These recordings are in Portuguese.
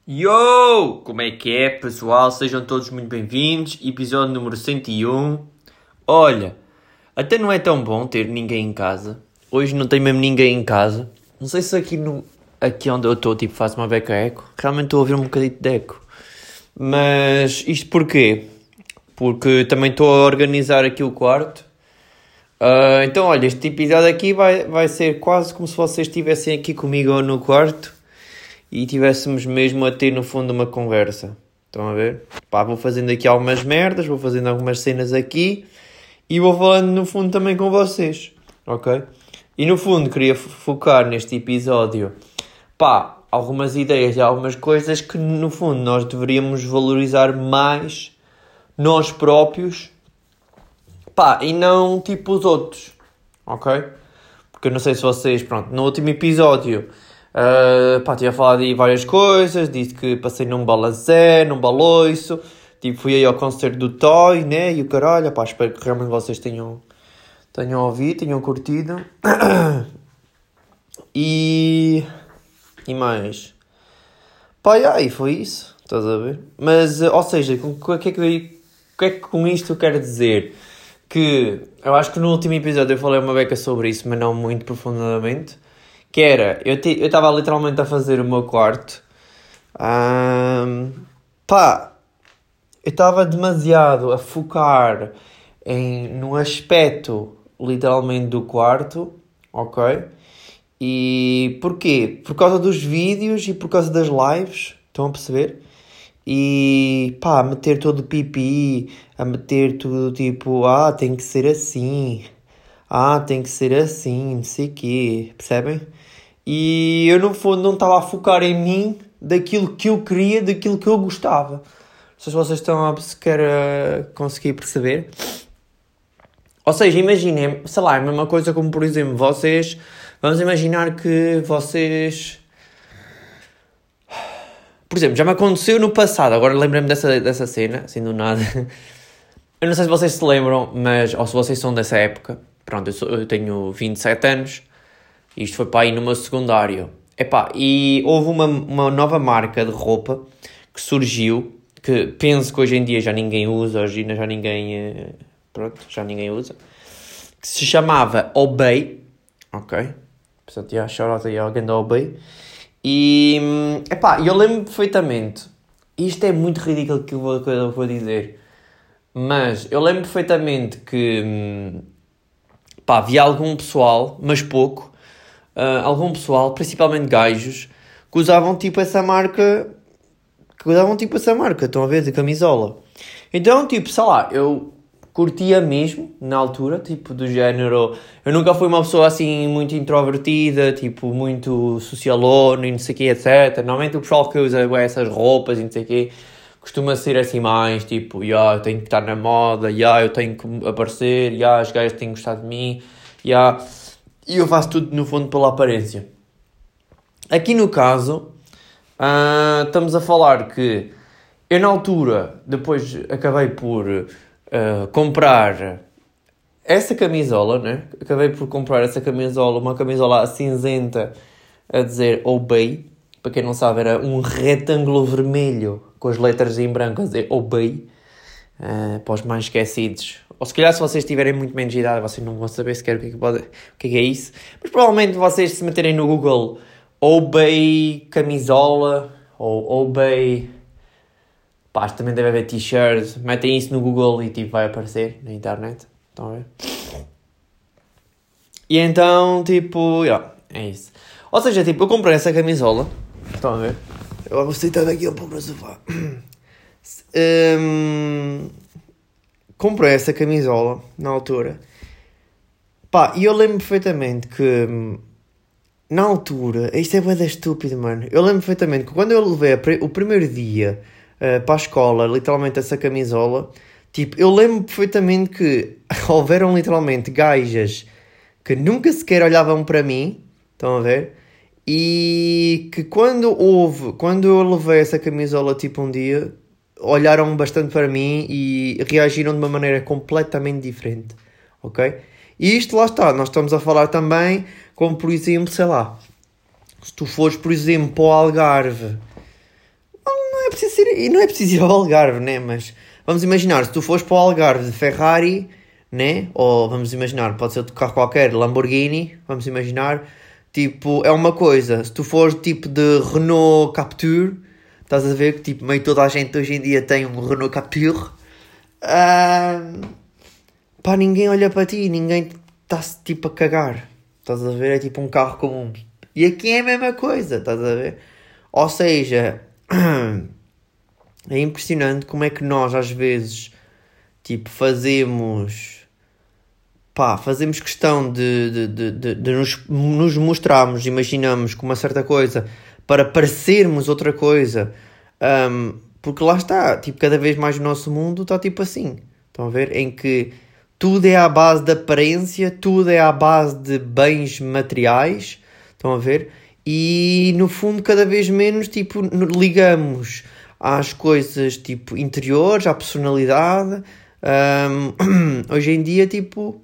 Yo! Como é que é, pessoal? Sejam todos muito bem-vindos. Episódio número 101. Olha, até não é tão bom ter ninguém em casa. Hoje não tenho mesmo ninguém em casa. Não sei se aqui onde eu estou, tipo, faz uma beca eco. Realmente estou a ouvir um bocadinho de eco. Mas isto porquê? Porque também estou a organizar aqui o quarto. Então, olha, este episódio aqui vai ser quase como se vocês estivessem aqui comigo no quarto e tivéssemos mesmo a ter no fundo uma conversa. Estão a ver? Pá, vou fazendo aqui algumas merdas, vou fazendo algumas cenas aqui e vou falando no fundo também com vocês, ok? E no fundo queria focar neste episódio, pá, algumas ideias e algumas coisas que no fundo nós deveríamos valorizar mais nós próprios, pá, e não tipo os outros, ok? Porque eu não sei se vocês, pronto, no último episódio pá, tinha falado aí várias coisas, disse que passei num balazé, num baloiço, tipo, fui aí ao concerto do Toy, né, e o caralho, pá, espero que realmente vocês tenham ouvido, tenham curtido, e mais, pá, e foi isso, estás a ver, mas, ou seja, o que é que com isto eu quero dizer? Que eu acho que no último episódio eu falei uma beca sobre isso, mas não muito profundamente. Que era, eu estava literalmente a fazer o meu quarto. Pá, eu estava demasiado a focar no aspecto, literalmente, do quarto, ok? E porquê? Por causa dos vídeos e por causa das lives, estão a perceber? E pá, a meter todo o pipi, a meter tudo tipo, tem que ser assim, tem que ser assim, não sei o quê, percebem? E eu no fundo não estava a focar em mim, daquilo que eu queria, daquilo que eu gostava. Não sei se vocês estão a sequer a conseguir perceber. Ou seja, imaginem, sei lá, é a mesma coisa como, por exemplo, vocês... Vamos imaginar que vocês... Por exemplo, já me aconteceu no passado, agora lembrei-me dessa cena, assim do nada. Eu não sei se vocês se lembram, mas... Ou se vocês são dessa época. Pronto, eu tenho 27 anos. Isto foi para aí no meu secundário. Epá, e houve uma nova marca de roupa que surgiu, que penso que hoje em dia já ninguém usa, hoje já ninguém... já ninguém usa. Que se chamava Obey. Ok? Portanto, shout-out aí ao grande Obey. E, epá, eu lembro perfeitamente, isto é muito ridículo que eu vou dizer, mas eu lembro perfeitamente que, pá, havia algum pessoal, mas pouco, algum pessoal, principalmente gajos, que usavam tipo essa marca, estão a ver, de camisola. Então, tipo, sei lá, eu curtia mesmo, na altura, tipo, do género... Eu nunca fui uma pessoa, assim, muito introvertida, tipo, muito socialona e não sei o quê, etc. Normalmente o pessoal que usa essas roupas e não sei o quê costuma ser, assim, mais, tipo, eu tenho que estar na moda, eu tenho que aparecer, os gajos têm que gostar de mim, e eu faço tudo, no fundo, pela aparência. Aqui, no caso, estamos a falar que eu, na altura, depois acabei por... comprar essa camisola, né? Acabei por comprar essa camisola, uma camisola cinzenta a dizer Obey. Para quem não sabe, era um retângulo vermelho com as letras em branco a dizer Obey. Para os mais esquecidos. Ou se calhar, se vocês tiverem muito menos idade, vocês não vão saber sequer o que é isso. Mas provavelmente vocês, se meterem no Google Obey camisola ou Obey... Pá, também deve haver t-shirts. Metem isso no Google e tipo vai aparecer na internet. Estão a ver? E então, tipo, é isso. Ou seja, tipo, eu comprei essa camisola. Estão a ver? Eu vou sentar aqui um pouco no sofá. Comprei essa camisola na altura. Pá, e eu lembro perfeitamente que... Na altura... Isto é bué estúpido, mano. Eu lembro perfeitamente que quando eu levei o primeiro dia... para a escola, literalmente essa camisola, tipo, eu lembro perfeitamente que houveram literalmente gajas que nunca sequer olhavam para mim, estão a ver? E que quando eu levei essa camisola tipo um dia, olharam bastante para mim e reagiram de uma maneira completamente diferente, ok? E isto lá está, nós estamos a falar também como, por exemplo, sei lá, se tu fores, por exemplo, para o Algarve, E não é preciso ir ao Algarve, né? Mas vamos imaginar, se tu fores para o Algarve de Ferrari, né? Ou vamos imaginar, pode ser outro carro qualquer, Lamborghini, vamos imaginar. Tipo, é uma coisa. Se tu fores tipo de Renault Captur, estás a ver que tipo, meio toda a gente hoje em dia tem um Renault Captur. Pá, ninguém olha para ti, ninguém está-se tipo a cagar. Estás a ver? É tipo um carro comum. E aqui é a mesma coisa, estás a ver? Ou seja, é impressionante como é que nós às vezes tipo fazemos questão de nos mostrarmos, imaginamos com uma certa coisa para parecermos outra coisa. Porque lá está, tipo, cada vez mais o nosso mundo está tipo assim. Estão a ver? Em que tudo é à base de aparência, tudo é à base de bens materiais. Estão a ver? E no fundo cada vez menos tipo, ligamos às coisas tipo interiores, à personalidade. Hoje em dia tipo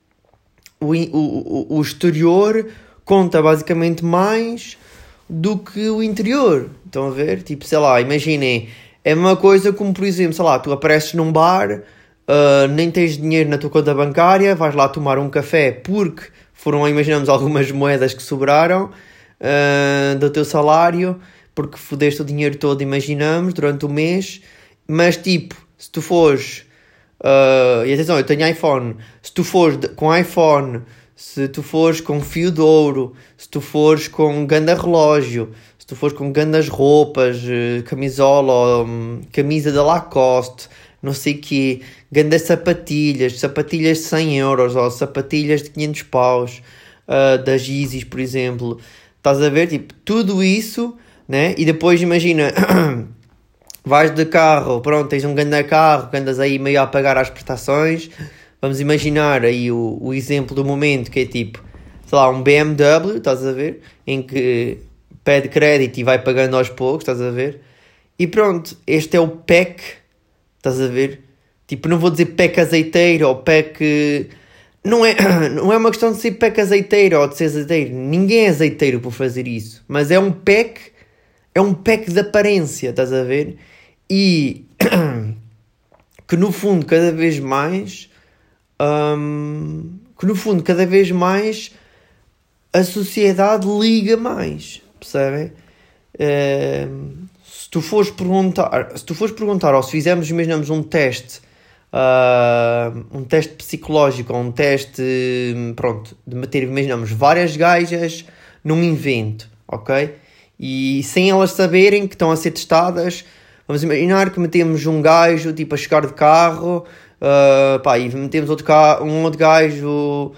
o exterior conta basicamente mais do que o interior. Estão a ver? Tipo, sei lá, imaginem, é uma coisa como, por exemplo, sei lá, tu apareces num bar, nem tens dinheiro na tua conta bancária, vais lá tomar um café porque foram, imaginamos, algumas moedas que sobraram do teu salário, porque fodeste o dinheiro todo, imaginamos, durante o mês, mas tipo, se tu fores... e atenção, eu tenho iPhone. Se tu fores com iPhone, se tu fores com fio de ouro, se tu fores com um ganda relógio, se tu fores com gandas roupas, camisola, camisa da Lacoste, não sei o quê, gandas sapatilhas de 100 euros ou sapatilhas de 500 paus, das Yeezys, por exemplo, estás a ver, tipo, tudo isso, né? E depois imagina... Vais de carro, pronto, tens um grande carro que andas aí meio a pagar as prestações. Vamos imaginar aí o exemplo do momento, que é tipo, sei lá, um BMW, estás a ver? Em que pede crédito e vai pagando aos poucos, estás a ver? E pronto, este é o pack, estás a ver? Tipo, não vou dizer pack azeiteiro ou pack... Não é uma questão de ser pack azeiteiro ou de ser azeiteiro. Ninguém é azeiteiro por fazer isso. Mas é um pack de aparência, estás a ver? E que no fundo cada vez mais a sociedade liga mais, percebem? Se tu fores perguntar ou se fizermos, imaginamos um teste psicológico ou um teste, pronto, de meter, imaginamos, várias gajas num evento, ok? E sem elas saberem que estão a ser testadas, vamos imaginar que metemos um gajo tipo a chegar de carro, e metemos um outro gajo.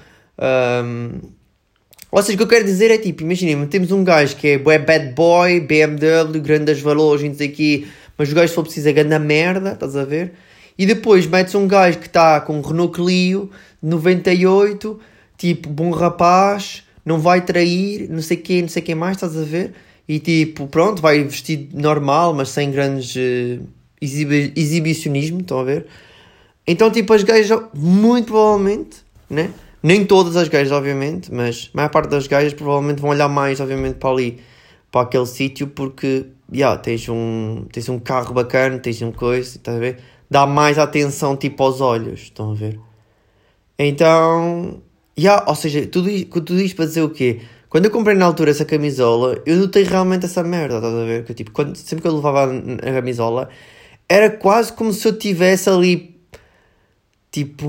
Ou seja, o que eu quero dizer é tipo, imaginem, metemos um gajo que é bad boy, BMW, grandes valores, não sei o quê, mas o gajo se for preciso é grande merda, estás a ver? E depois metes um gajo que está com um Renault Clio de 98, tipo, bom rapaz, não vai trair, não sei o que mais, estás a ver? E tipo, pronto, vai vestido normal, mas sem grandes exibicionismo, estão a ver? Então, tipo, as gajas, muito provavelmente, né? Nem todas as gajas, obviamente, mas a maior parte das gajas provavelmente vão olhar mais, obviamente, para ali, para aquele sítio, porque, tens um carro bacana, tens um coisa, estás a ver? Dá mais atenção, tipo, aos olhos, estão a ver? Então, ou seja, tudo isto para dizer o quê? Quando eu comprei na altura essa camisola, eu notei realmente essa merda, estás a ver? Que, tipo, sempre que eu levava a camisola, era quase como se eu tivesse ali, tipo,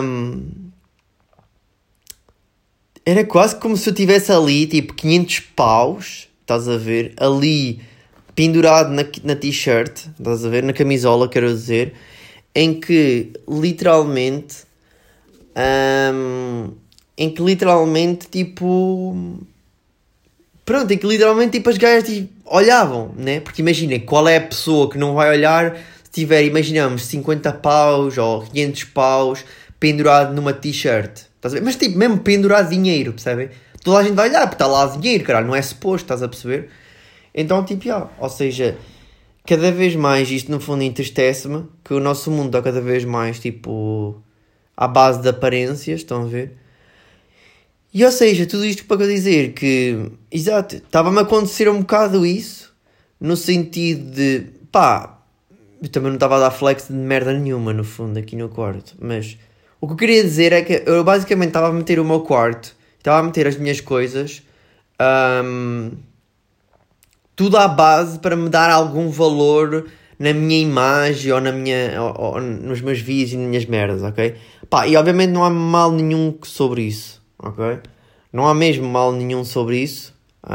Era quase como se eu tivesse ali, tipo, 500 paus, estás a ver? Ali, pendurado na t-shirt, estás a ver? Na camisola, quero dizer, em que, literalmente, tipo... Pronto, em que literalmente tipo, as gajas tipo, olhavam, né? Porque imaginem, qual é a pessoa que não vai olhar se tiver, imaginamos, 50 paus ou 500 paus pendurado numa t-shirt. Estás a ver? Mas tipo, mesmo pendurado dinheiro, percebem? Toda a gente vai olhar, porque está lá dinheiro, caralho, não é suposto, estás a perceber? Então, tipo, ou seja, cada vez mais isto no fundo entristece-me, que o nosso mundo está cada vez mais, tipo, à base de aparências, estão a ver? E ou seja, tudo isto para dizer que, exato, estava-me a acontecer um bocado isso, no sentido de, eu também não estava a dar flex de merda nenhuma, no fundo, aqui no quarto. Mas o que eu queria dizer é que eu basicamente estava a meter o meu quarto, estava a meter as minhas coisas, tudo à base para me dar algum valor na minha imagem ou, ou nos meus vídeos e nas minhas merdas, ok? Pá, e obviamente não há mal nenhum sobre isso, ok? Não há mesmo mal nenhum sobre isso.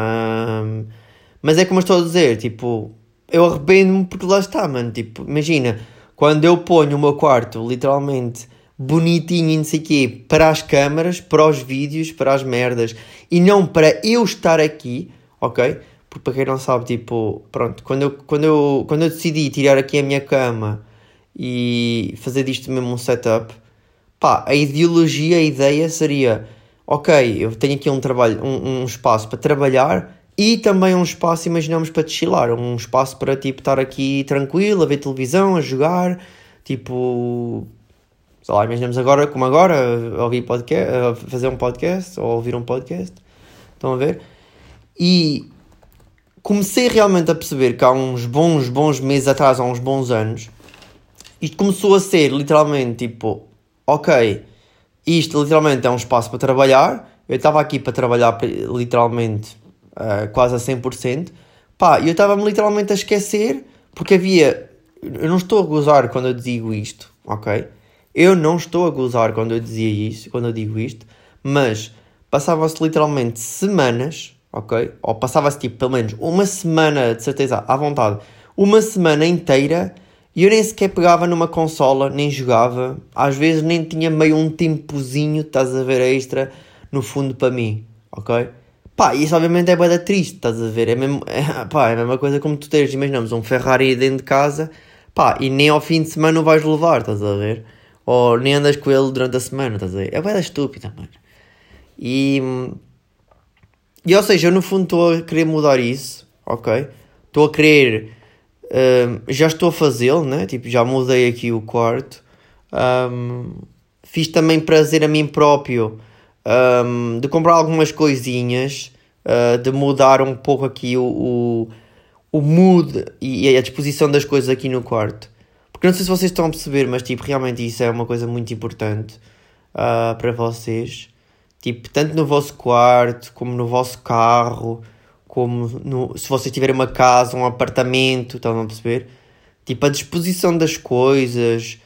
Mas é como eu estou a dizer, tipo, eu arrependo-me porque lá está, mano. Tipo, imagina, quando eu ponho o meu quarto, literalmente, bonitinho e não sei o quê, para as câmaras, para os vídeos, para as merdas, e não para eu estar aqui, ok? Porque para quem não sabe, tipo, pronto, quando eu decidi tirar aqui a minha cama e fazer disto mesmo um setup, pá, a ideologia, a ideia seria, ok, eu tenho aqui um trabalho, um espaço para trabalhar e também um espaço, imaginamos, para chilar, um espaço para, tipo, estar aqui tranquilo, a ver televisão, a jogar, tipo, sei lá, imaginamos agora, como agora, a ouvir podcast, a fazer um podcast, ou ouvir um podcast, estão a ver? E comecei realmente a perceber que há uns bons meses atrás, há uns bons anos, isto começou a ser literalmente tipo, ok, isto literalmente é um espaço para trabalhar, eu estava aqui para trabalhar literalmente quase a 100%, pá, eu estava-me literalmente a esquecer, porque havia, eu não estou a gozar quando eu digo isto, ok? Eu não estou a gozar quando eu dizia isto, quando eu digo isto, mas passavam-se literalmente semanas, ok? Ou passava-se tipo pelo menos uma semana, de certeza, à vontade, uma semana inteira, e eu nem sequer pegava numa consola, nem jogava, às vezes nem tinha meio um tempozinho, estás a ver, extra, no fundo para mim, ok? Pá, isso obviamente é bué triste, estás a ver, pá, é a mesma coisa como tu teres, imaginamos, um Ferrari dentro de casa, pá, e nem ao fim de semana o vais levar, estás a ver? Ou nem andas com ele durante a semana, estás a ver? É bué estúpida, mano. E ou seja, eu no fundo estou a querer mudar isso, ok? Estou a querer, já estou a fazê-lo, né? Tipo, já mudei aqui o quarto. Fiz também prazer a mim próprio, de comprar algumas coisinhas, de mudar um pouco aqui o mood e a disposição das coisas aqui no quarto. Porque não sei se vocês estão a perceber, mas tipo, realmente isso é uma coisa muito importante para vocês. Tipo, tanto no vosso quarto, como no vosso carro, como se vocês tiverem uma casa, um apartamento, estão a perceber? Tipo, a disposição das coisas,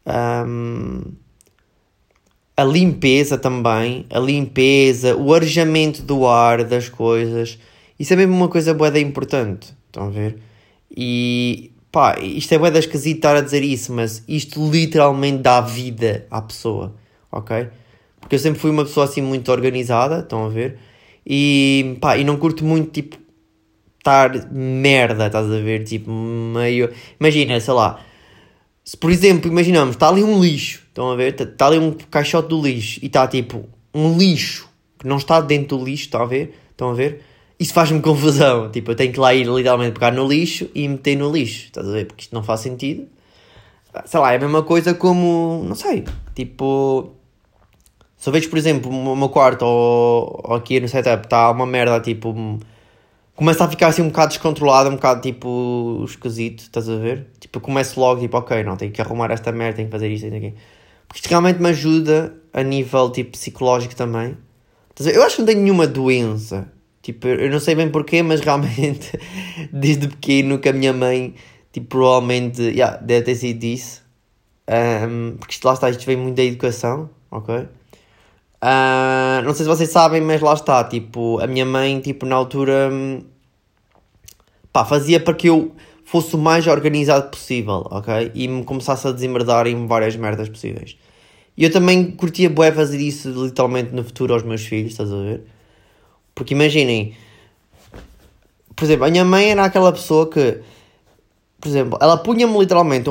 a limpeza também, o arejamento do ar das coisas. Isso é mesmo uma coisa bué da importante, estão a ver? E, pá, isto é bué da esquisito estar a dizer isso, mas isto literalmente dá vida à pessoa, ok? Porque eu sempre fui uma pessoa assim muito organizada, estão a ver? E, pá, e não curto muito, tipo, estar merda, estás a ver? Tipo, meio... Imagina, sei lá, se por exemplo, imaginamos, está ali um lixo, estão a ver? Está ali um caixote do lixo e está, tipo, um lixo que não está dentro do lixo, estão a ver? Estão a ver? Isso faz-me confusão. Tipo, eu tenho que lá ir literalmente pegar no lixo e meter no lixo, estás a ver? Porque isto não faz sentido. Sei lá, é a mesma coisa como, não sei, tipo... Se eu vejo, por exemplo, o meu quarto ou aqui no setup está uma merda, tipo, começa a ficar assim um bocado descontrolado, um bocado tipo esquisito, estás a ver? Tipo, eu começo logo, tipo, ok, não, tenho que arrumar esta merda, tenho que fazer isto, tenho que... Porque isto realmente me ajuda a nível, tipo, psicológico também. Estás a ver? Eu acho que não tenho nenhuma doença. Tipo, eu não sei bem porquê, mas realmente, desde pequeno, que a minha mãe, tipo, provavelmente, deve ter sido isso. Porque isto lá está, isto vem muito da educação, ok? Não sei se vocês sabem, mas lá está, tipo, a minha mãe, tipo, na altura, pá, fazia para que eu fosse o mais organizado possível, ok? E me começasse a desemmerdar em várias merdas possíveis. E eu também curtia bué fazer isso, literalmente, no futuro aos meus filhos, estás a ver? Porque imaginem, por exemplo, a minha mãe era aquela pessoa que, por exemplo, ela punha-me literalmente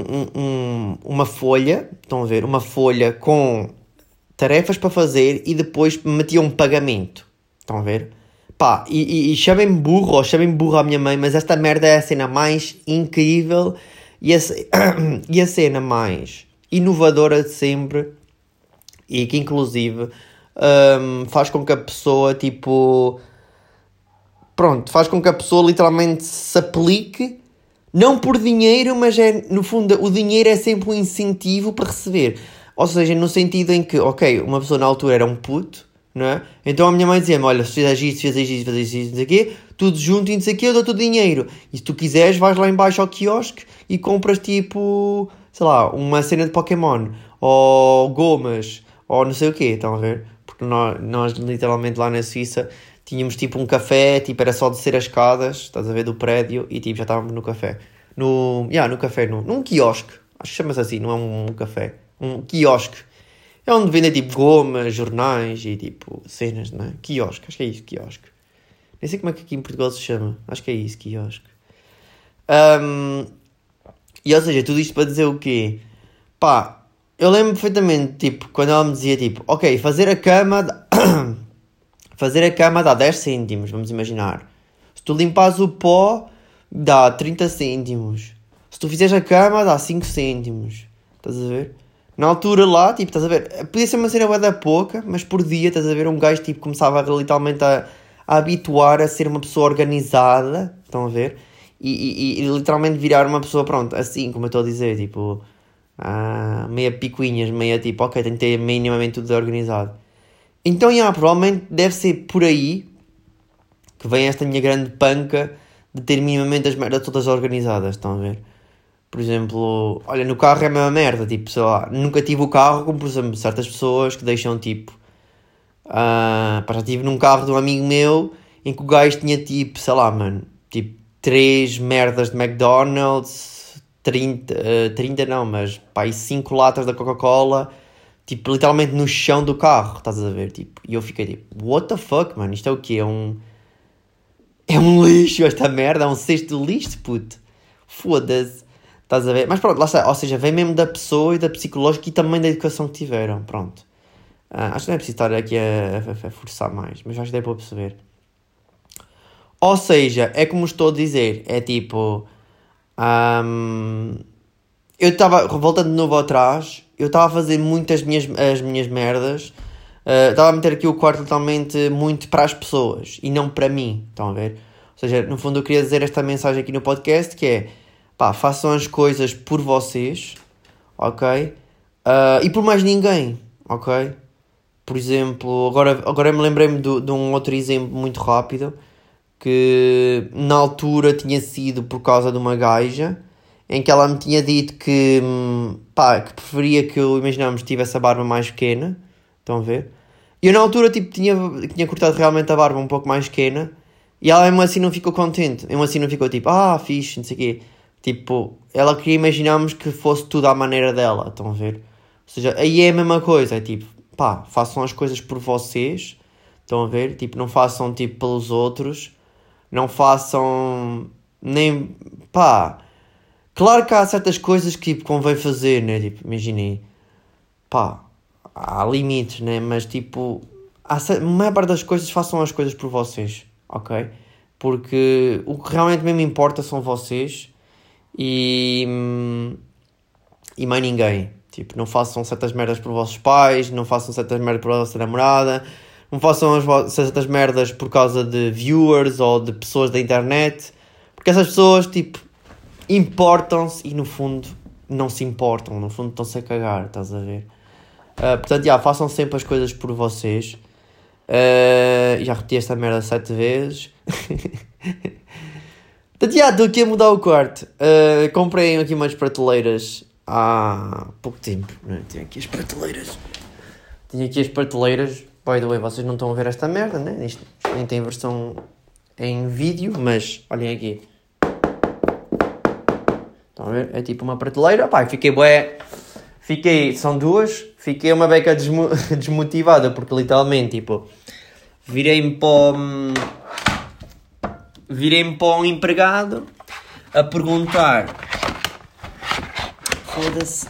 uma folha, estão a ver? Uma folha com tarefas para fazer e depois metia um pagamento. Estão a ver? Pá, e chamem-me burro ou chamem-me burro à minha mãe, mas esta merda é a cena mais incrível e a cena mais inovadora de sempre e que inclusive faz com que a pessoa, tipo... Pronto, faz com que a pessoa literalmente se aplique Não por dinheiro, mas é, no fundo, o dinheiro é sempre um incentivo para receber. Ou seja, no sentido em que, ok, uma pessoa na altura era um puto, não é? Então a minha mãe dizia-me, olha, se fizeres isto, fizeres isto, não sei o quê, tudo junto e não sei o quê, eu dou-te o dinheiro. E se tu quiseres, vais lá embaixo ao quiosque e compras tipo, sei lá, uma cena de Pokémon, ou gomas, ou não sei o quê, estão a ver? Porque nós literalmente lá na Suíça tínhamos tipo um café, tipo era só descer as escadas, estás a ver, do prédio, e tipo já estávamos no café. No café, num quiosque, acho que chama-se assim, não é um café, um quiosque. É onde vendem tipo gomas, jornais e tipo cenas, não é? Quiosque, acho que é isso, quiosque. Nem sei como é que aqui em Portugal se chama, acho que é isso, quiosque. E ou seja, tudo isto para dizer o quê? Pá, eu lembro perfeitamente, tipo, quando ela me dizia tipo, ok, fazer a cama dá 10 cêntimos, vamos imaginar. Se tu limpares o pó, dá 30 cêntimos. Se tu fizeres a cama, dá 5 cêntimos. Estás a ver? Na altura lá, tipo, estás a ver? Podia ser uma cena bué da pouca, mas por dia, estás a ver? Um gajo, tipo, começava literalmente a habituar a ser uma pessoa organizada. Estão a ver? E literalmente virar uma pessoa, pronto, assim, como eu estou a dizer, tipo... meia picuinhas, meia tipo, ok, tenho que ter minimamente tudo organizado. Então, provavelmente deve ser por aí que vem esta minha grande panca de ter minimamente as merdas todas organizadas, estão a ver? Por exemplo, olha, no carro é a mesma merda, tipo, sei lá, nunca tive o carro, como por exemplo, certas pessoas que deixam tipo... já estive num carro de um amigo meu em que o gajo tinha tipo, sei lá, mano, tipo 3 merdas de McDonald's, 30 não, mas pá, e 5 latas da Coca-Cola, tipo, literalmente no chão do carro, estás a ver, tipo, e eu fiquei tipo, what the fuck, mano, isto é o quê? É um lixo esta merda, é um cesto de lixo, puto, foda-se, estás a ver, mas pronto, lá está, ou seja, vem mesmo da pessoa e da psicológica e também da educação que tiveram, pronto, acho que não é preciso estar aqui a forçar mais, mas acho que dá para perceber. Ou seja, é como estou a dizer, é tipo... eu estava, voltando de novo atrás, eu estava a fazer muito as minhas merdas. Estava a meter aqui o quarto totalmente muito para as pessoas e não para mim, estão a ver? Ou seja, no fundo eu queria dizer esta mensagem aqui no podcast que é... Pá, façam as coisas por vocês, ok? E por mais ninguém, ok? Por exemplo, agora me lembrei-me de um outro exemplo muito rápido, que na altura tinha sido por causa de uma gaja, em que ela me tinha dito que, que preferia que eu, imaginamos, tivesse a barba mais pequena, estão a ver? E eu na altura, tipo, tinha cortado realmente a barba um pouco mais pequena, e ela mesmo assim não ficou contente, mesmo assim não ficou tipo, fixe, não sei o quê. Tipo, ela queria, imaginarmos, que fosse tudo à maneira dela, estão a ver? Ou seja, aí é a mesma coisa, é tipo, façam as coisas por vocês, estão a ver? Tipo, não façam, tipo, pelos outros, não façam nem, claro que há certas coisas que, tipo, convém fazer, né? Tipo, imaginem, há limites, né? Mas, tipo, a maior parte das coisas, façam as coisas por vocês, ok? Porque o que realmente mesmo importa são vocês e mais ninguém. Tipo, não façam certas merdas por vossos pais, não façam certas merdas por vossa namorada, não façam certas merdas por causa de viewers ou de pessoas da internet, porque essas pessoas, tipo, importam-se e no fundo não se importam, no fundo estão-se a cagar, estás a ver? Portanto, façam sempre as coisas por vocês. Já repeti esta merda 7 vezes. Portanto, estou aqui a mudar o quarto. Comprei aqui umas prateleiras há pouco tempo, né? Tinha aqui as prateleiras. By the way, vocês não estão a ver esta merda, né? Isto nem tem versão em vídeo, mas olhem aqui. Estão a ver? É tipo uma prateleira. São duas. Fiquei uma beca desmotivada, porque literalmente, tipo, virei-me para um empregado a perguntar. Foda-se.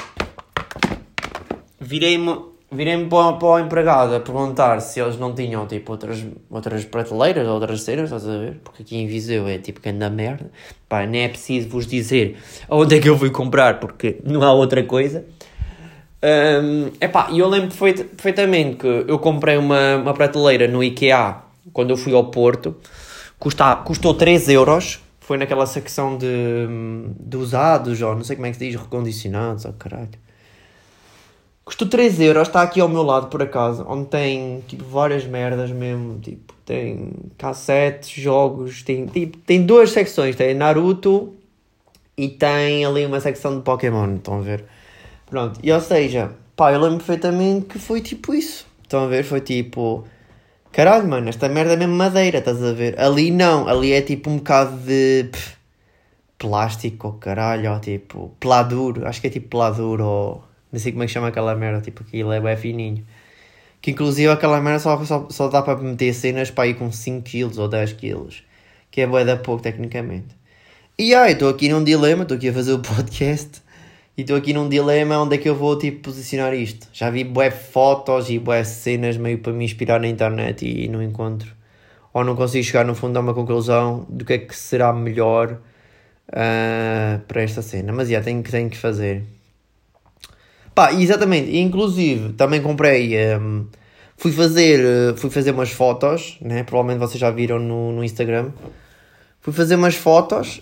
Virei-me para o empregado a perguntar se eles não tinham, tipo, outras prateleiras ou outras cenas, estás a ver? Porque aqui em Viseu é tipo que anda merda. Nem é preciso vos dizer onde é que eu fui comprar, porque não há outra coisa. E eu lembro perfeitamente que eu comprei uma prateleira no IKEA quando eu fui ao Porto. Custou 3 euros. foi naquela secção de usados, ou não sei como é que se diz, recondicionados, oh caralho. Custou 3€, está aqui ao meu lado por acaso, onde tem tipo várias merdas mesmo, tipo, tem cassetes, jogos, tem duas secções, tem Naruto e tem ali uma secção de Pokémon, estão a ver? Pronto, e ou seja, pá, eu lembro perfeitamente que foi tipo isso, estão a ver? Foi tipo, caralho mano, esta merda é mesmo madeira, estás a ver? Ali não, ali é tipo um bocado de plástico, caralho, ou tipo, peladuro, acho que é tipo peladuro, ou não sei como é que chama aquela merda, tipo, aquilo é bem fininho. Que inclusive aquela merda só dá para meter cenas para ir com 5kg ou 10kg, que é bué da pouco tecnicamente. E eu estou aqui num dilema, estou aqui a fazer o podcast, e estou aqui num dilema onde é que eu vou tipo posicionar isto. Já vi bué fotos e bué cenas meio para me inspirar na internet e não encontro. Ou não consigo chegar no fundo a uma conclusão do que é que será melhor para esta cena. Mas tenho que fazer. Pá, exatamente, inclusive também comprei, fui fazer umas fotos, né? Provavelmente vocês já viram no Instagram. Fui fazer umas fotos,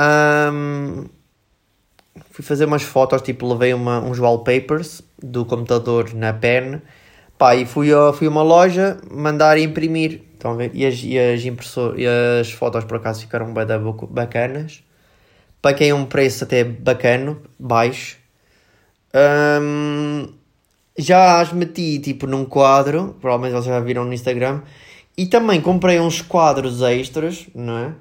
tipo levei uns wallpapers do computador na pen, pá, e fui a uma loja mandar imprimir, estão a ver? E as fotos por acaso ficaram bem bacanas, paguei um preço até bacano, baixo. Já as meti tipo num quadro, provavelmente vocês já viram no Instagram, e também comprei uns quadros extras, não é?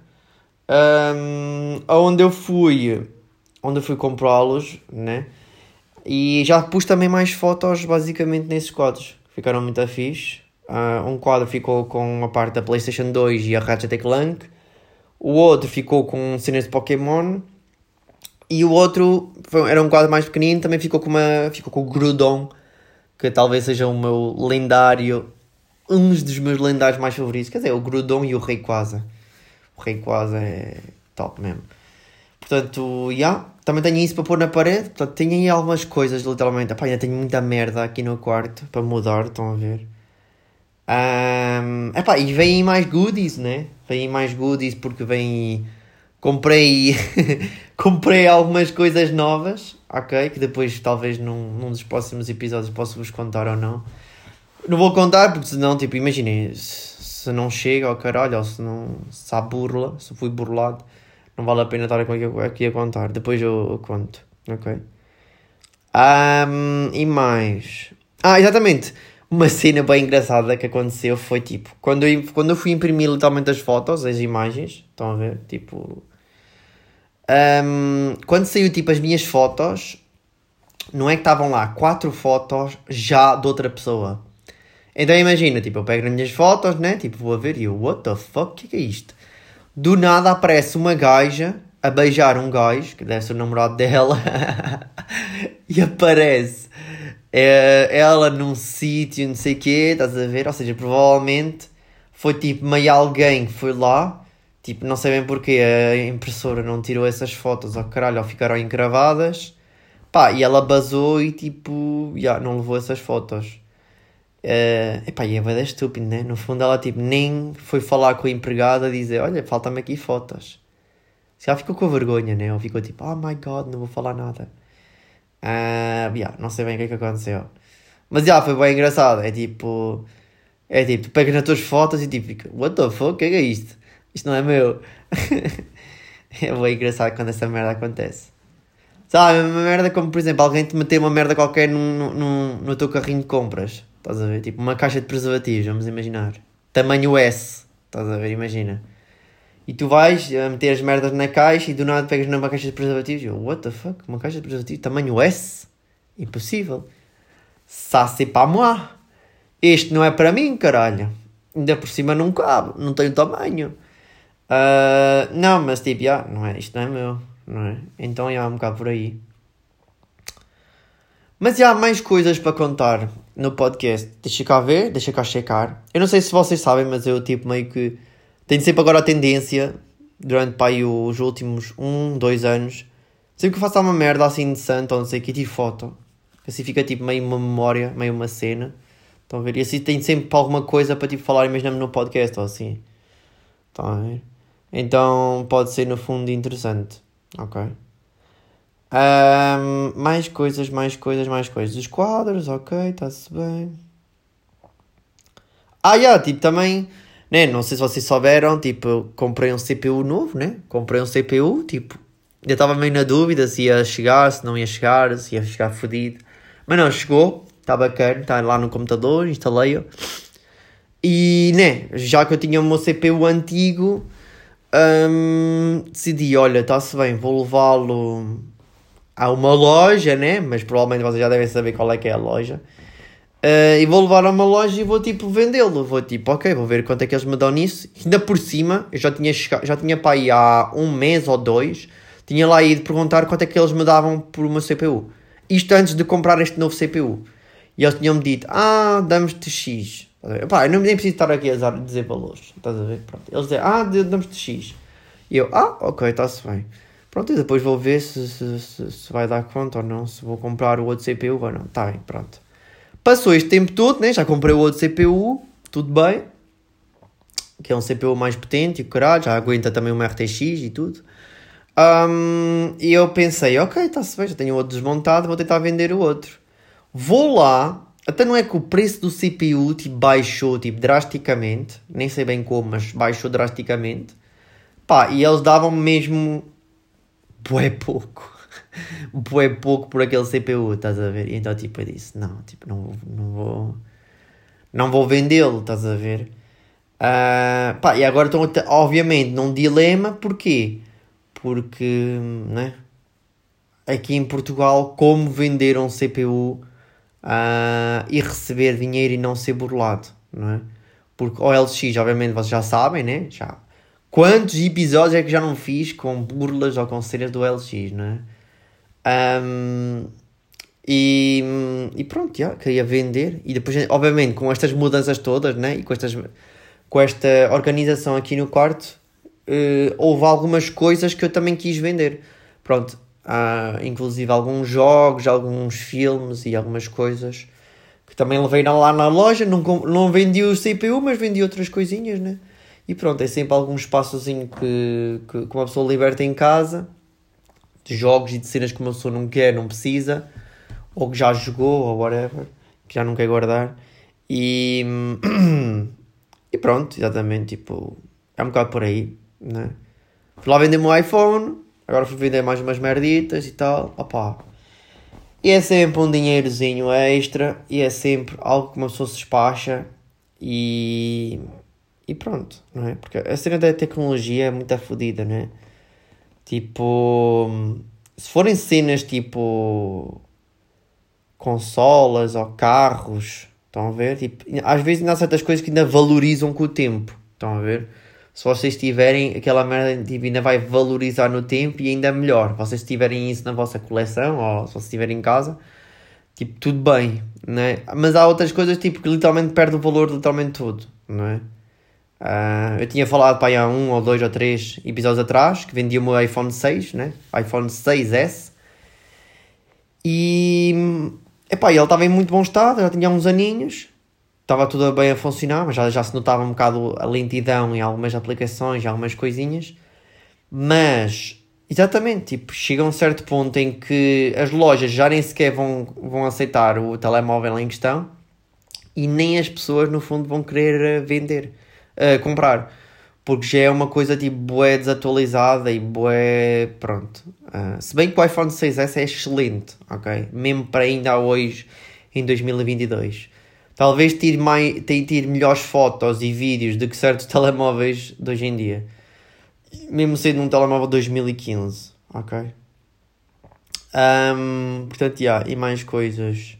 Onde eu fui comprá-los, né? E já pus também mais fotos basicamente nesses quadros, ficaram muito fixe. Um quadro ficou com a parte da PlayStation 2 e a Ratchet & Clank, o outro ficou com cenas de Pokémon. E o outro era um quadro mais pequenino, também ficou com o Groudon, que talvez seja o meu lendário, um dos meus lendários mais favoritos. Quer dizer, o Groudon e o Rayquaza. O Rayquaza é top mesmo. Portanto, também tenho isso para pôr na parede. Portanto, tenho aí algumas coisas, literalmente. Epá, ainda tenho muita merda aqui no quarto para mudar, estão a ver? E vêm mais goodies, né? Vêm mais goodies porque vem... Comprei algumas coisas novas, ok? Que depois talvez num dos próximos episódios posso-vos contar ou não. Não vou contar porque senão, tipo, imaginem, se não chega ao caralho ou se há burla, se fui burlado, não vale a pena estar aqui a contar. Depois eu conto, ok? E mais... exatamente! Uma cena bem engraçada que aconteceu foi tipo, quando eu fui imprimir literalmente as fotos, as imagens, estão a ver? Tipo... quando saiu tipo as minhas fotos, não é que estavam lá 4 fotos já de outra pessoa. Então imagina, tipo, eu pego nas minhas fotos, né? Tipo, vou a ver e eu, what the fuck, que é isto? Do nada aparece uma gaja a beijar um gajo, que deve ser o namorado dela, e aparece ela num sítio, não sei o quê, estás a ver? Ou seja, provavelmente foi tipo meio alguém que foi lá, tipo, não sei bem porque a impressora não tirou essas fotos, ou caralho, ou ficaram encravadas, pá, e ela basou e tipo, não levou essas fotos. E é bem estúpido, né? No fundo ela tipo nem foi falar com a empregada a dizer, olha, falta-me aqui fotos. Se ela ficou com vergonha, né? Ou ficou tipo, oh my god, não vou falar nada. Não sei bem o que é que aconteceu. Mas foi bem engraçado. É tipo, tu pegas nas tuas fotos e tipo, fica, what the fuck, o que é isto? Isto não é meu. É bem engraçado quando essa merda acontece. Sabe, uma merda como, por exemplo, alguém te meter uma merda qualquer no teu carrinho de compras. Estás a ver? Tipo, uma caixa de preservativos, vamos imaginar. Tamanho S. Estás a ver? Imagina. E tu vais a meter as merdas na caixa e do nada pegas numa caixa de preservativos. Eu, what the fuck? Uma caixa de preservativos tamanho S? Impossível. Ça c'est pas moi. Este não é para mim, caralho. Ainda por cima não cabe. Não tem tamanho. Não, mas tipo, não é, isto não é meu. Não é? Então um bocado por aí. Mas há mais coisas para contar no podcast. Deixa cá ver, deixa cá checar. Eu não sei se vocês sabem, mas eu tipo meio que... Tenho sempre agora a tendência, durante os últimos 2 anos, sempre que eu faço uma merda assim interessante, ou não sei o que, tiro foto. Assim fica tipo meio uma memória, meio uma cena. Estão a ver? E assim tenho sempre alguma coisa para tipo falar, imaginamos no podcast, ou assim. Estão a ver? Então pode ser no fundo interessante. Ok. Mais coisas, mais coisas, mais coisas. Os quadros, ok, está-se bem. Tipo, também, né, não sei se vocês souberam, tipo, eu comprei um CPU novo, né? Comprei um CPU, tipo, ainda estava meio na dúvida se ia chegar, se não ia chegar, se ia chegar fodido. Mas não, chegou, está bacana, está lá no computador, instalei-o. E, né, já que eu tinha o meu CPU antigo, decidi, olha, está-se bem, vou levá-lo a uma loja, né? Mas provavelmente vocês já devem saber qual é que é a loja. E vou levar a uma loja e vou tipo vendê-lo. Vou tipo, ok, vou ver quanto é que eles me dão nisso. Ainda por cima, eu já tinha para aí há um mês ou dois, tinha lá ido perguntar quanto é que eles me davam por uma CPU. Isto antes de comprar este novo CPU. E eles tinham-me dito, damos-te X. Pá, eu nem preciso estar aqui a dizer valores. Estás a ver? Pronto. Eles dizem, damos-te X. E eu, ok, está-se bem. Pronto, e depois vou ver se vai dar conta ou não, se vou comprar o outro CPU ou não. Está bem, pronto. Passou este tempo todo, né? Já comprei o outro CPU, tudo bem. Que é um CPU mais potente e caralho, já aguenta também uma RTX e tudo. E eu pensei, ok, está-se bem, já tenho o outro desmontado, vou tentar vender o outro. Vou lá, até não é que o preço do CPU tipo, baixou tipo, drasticamente, nem sei bem como, mas baixou drasticamente. Pá, e eles davam mesmo bué pouco. Bué pouco por aquele CPU, estás a ver? E então tipo eu disse, não, tipo, não vou vendê-lo, estás a ver? Pá, e agora estão obviamente num dilema, porquê? Porque, né? Aqui em Portugal, como vender um CPU e receber dinheiro e não ser burlado, não é? Porque o LX, obviamente, vocês já sabem, né? Já. Quantos episódios é que já não fiz com burlas ou com cenas do LX, não é? E pronto, queria vender. E depois, obviamente, com estas mudanças todas, né? E com esta organização aqui no quarto, houve algumas coisas que eu também quis vender. Pronto, inclusive alguns jogos, alguns filmes e algumas coisas que também levei lá na loja. Não vendi o CPU, mas vendi outras coisinhas, né? E pronto, é sempre algum espaçozinho que uma pessoa liberta em casa, de jogos e de cenas que uma pessoa não quer, não precisa, ou que já jogou, ou whatever, que já não quer guardar. E pronto, exatamente, tipo, é um bocado por aí, né? Fui lá vender o meu iPhone, agora fui vender mais umas merditas e tal, opá. E é sempre um dinheirozinho extra, e é sempre algo que uma pessoa se despacha, e pronto, não é? Porque a cena da tecnologia é muito fodida, não é? Tipo, se forem cenas tipo consolas ou carros, estão a ver? Tipo, às vezes ainda há certas coisas que ainda valorizam com o tempo, estão a ver? Se vocês tiverem aquela merda, tipo, ainda vai valorizar no tempo e ainda melhor. Vocês tiverem isso na vossa coleção ou se vocês tiverem em casa, tipo, tudo bem, não é? Mas há outras coisas tipo que literalmente perde o valor de literalmente tudo, não é? Eu tinha falado para aí há 1 ou 2 ou 3 episódios atrás que vendia o meu iPhone 6, né? iPhone 6S. E epá, ele estava em muito bom estado, já tinha uns aninhos, estava tudo bem a funcionar, mas já se notava um bocado a lentidão em algumas aplicações, em algumas coisinhas. Mas, exatamente, tipo, chega a um certo ponto em que as lojas já nem sequer vão aceitar o telemóvel em questão e nem as pessoas, no fundo, vão querer vender. Comprar, porque já é uma coisa tipo bué desatualizada e bué, pronto. Se bem que o iPhone 6S é excelente, ok? Mesmo para ainda hoje, em 2022. Talvez tenha tido melhores fotos e vídeos do que certos telemóveis de hoje em dia. Mesmo sendo um telemóvel de 2015, ok? Portanto, e mais coisas.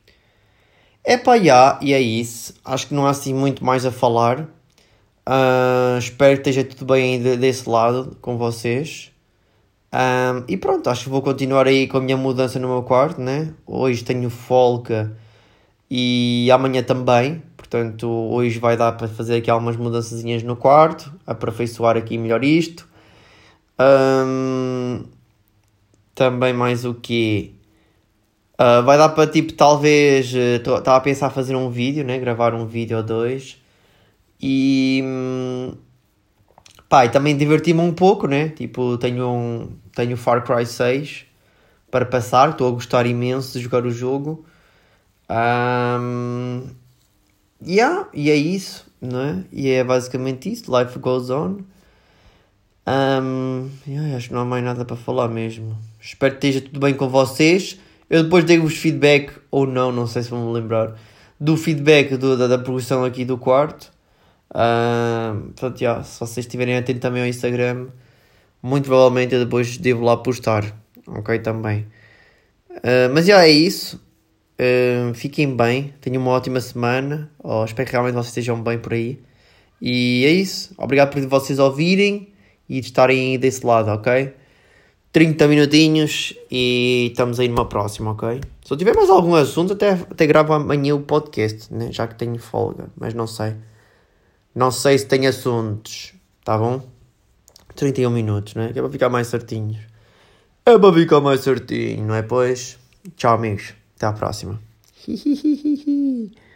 E é isso. Acho que não há assim muito mais a falar. Espero que esteja tudo bem aí desse lado com vocês. E pronto, acho que vou continuar aí com a minha mudança no meu quarto, né? Hoje tenho folga e amanhã também. Portanto, hoje vai dar para fazer aqui algumas mudançazinhas no quarto, aperfeiçoar aqui melhor isto. Também mais o quê? Vai dar para tipo, talvez, estava a pensar fazer um vídeo, né? Gravar um vídeo ou dois. E Pá, e também diverti-me um pouco, né? Tipo, tenho Far Cry 6 para passar, estou a gostar imenso de jogar o jogo. Yeah, e é isso, não é? E é basicamente isso, life goes on. Yeah, acho que não há mais nada para falar mesmo. Espero que esteja tudo bem com vocês. Eu depois dei-vos feedback, ou não sei se vão me lembrar, do feedback da progressão aqui do quarto. Portanto, yeah, se vocês estiverem atentos também ao Instagram, muito provavelmente eu depois devo lá postar, ok, também. Mas já é isso. Fiquem bem, tenham uma ótima semana. Espero que realmente vocês estejam bem por aí. E é isso. Obrigado por vocês ouvirem e de estarem aí desse lado, ok? 30 minutinhos e estamos aí numa próxima, ok? Se eu tiver mais algum assunto, até gravo amanhã o podcast, né? Já que tenho folga, mas não sei. Não sei se tem assuntos, tá bom? 31 minutos, né? Que é para ficar mais certinhos. É para ficar mais certinho, não é? Pois, tchau amigos, até à próxima.